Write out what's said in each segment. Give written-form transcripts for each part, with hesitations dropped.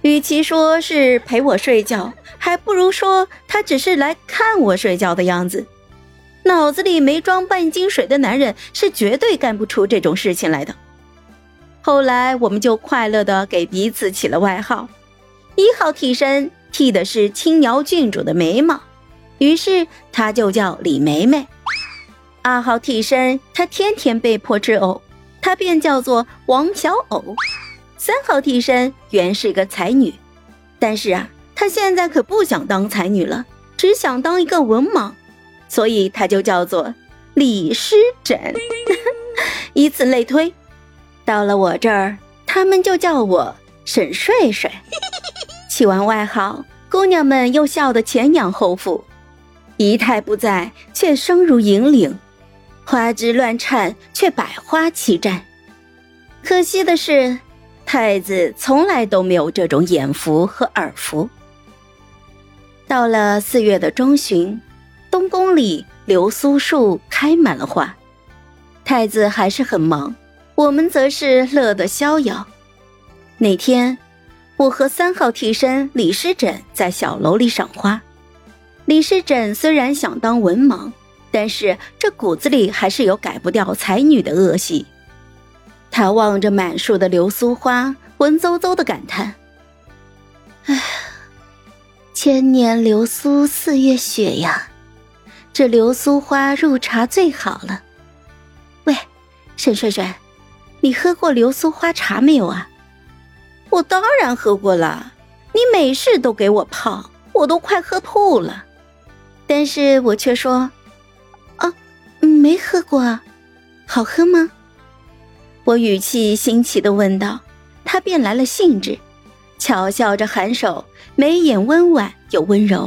与其说是陪我睡觉，还不如说他只是来看我睡觉的样子。脑子里没装半斤水的男人是绝对干不出这种事情来的。后来我们就快乐地给彼此起了外号，1号替身剃的是青鸟郡主的眉毛，于是他就叫李梅梅。2号替身他天天被迫吃藕，他便叫做王小藕。3号替身原是个才女，但是他现在可不想当才女了，只想当一个文盲，所以他就叫做李诗枕。以此类推，到了我这儿，他们就叫我沈睡睡。起完外号，姑娘们又笑得前仰后俯，仪态不在，却声如银铃，花枝乱颤，却百花齐绽。可惜的是，太子从来都没有这种眼福和耳福。到了4月的中旬，东宫里流苏树开满了花，太子还是很忙，我们则是乐得逍遥。那天，我和3号替身李诗枕在小楼里赏花。李诗枕虽然想当文盲，但是这骨子里还是有改不掉才女的恶习。他望着满树的流苏花，文绉绉地感叹：唉，千年流苏4月雪呀，这流苏花入茶最好了。喂，沈睡睡，你喝过流苏花茶没有啊？我当然喝过了，你每事都给我泡，我都快喝吐了。但是我却说，没喝过啊，好喝吗？我语气新奇地问道，他便来了兴致，巧笑着颔首，眉眼温婉又温柔。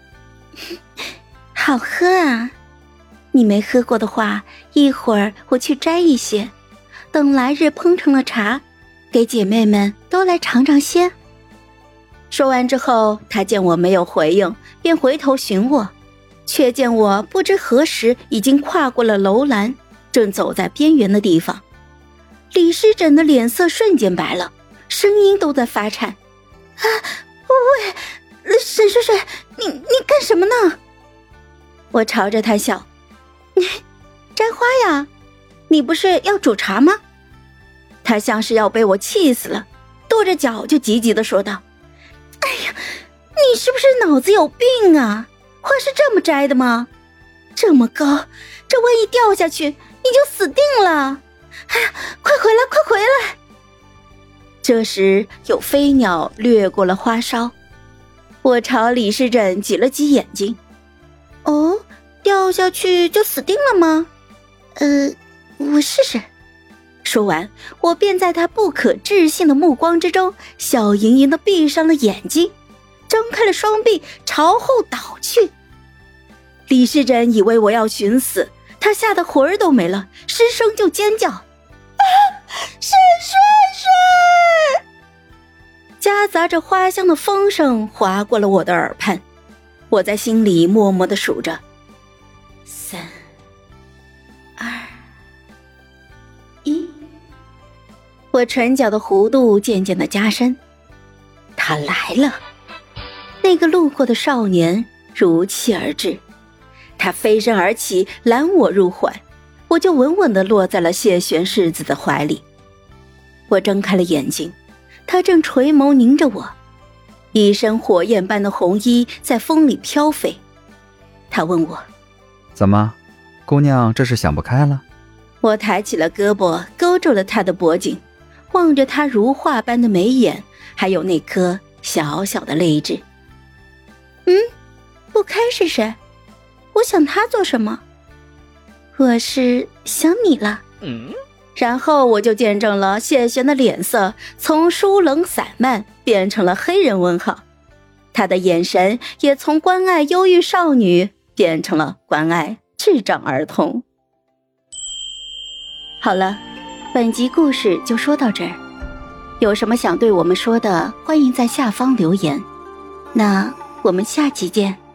好喝啊，你没喝过的话，一会儿我去摘一些，等来日烹成了茶，给姐妹们都来尝尝鲜。说完之后，他见我没有回应，便回头寻我，却见我不知何时已经跨过了楼栏，正走在边缘的地方。李诗枕的脸色瞬间白了，声音都在发颤。喂，沈睡睡，你干什么呢？我朝着他笑，摘花呀，你不是要煮茶吗？他像是要被我气死了，跺着脚就急急地说道，哎呀，你是不是脑子有病啊？花是这么摘的吗？这么高，这万一掉下去，你就死定了。哎呀，快回来，快回来！这时有飞鸟掠过了花梢，我朝李诗枕挤了挤眼睛。哦，掉下去就死定了吗？我试试。说完，我便在他不可置信的目光之中，笑盈盈地闭上了眼睛，张开了双臂，朝后倒去。李诗枕以为我要寻死，他吓得魂儿都没了，失声就尖叫。沈睡睡！夹杂着花香的风声划过了我的耳畔，我在心里默默地数着3、2、1。我唇角的弧度渐渐地加深。他来了，那个路过的少年如期而至，他飞身而起，揽我入怀，我就稳稳地落在了谢玄世子的怀里。我睁开了眼睛，他正垂眸凝着我，一身火焰般的红衣在风里飘飞。他问我， 怎么，姑娘这是想不开了？ 我抬起了胳膊勾住了他的脖颈，望着他如画般的眉眼，还有那颗小小的泪痣。不开是谁？我想他做什么？我是想你了。然后我就见证了谢玄的脸色从疏冷散漫变成了黑人问号，他的眼神也从关爱忧郁少女变成了关爱智障儿童。好了，本集故事就说到这儿，有什么想对我们说的，欢迎在下方留言。那我们下集见。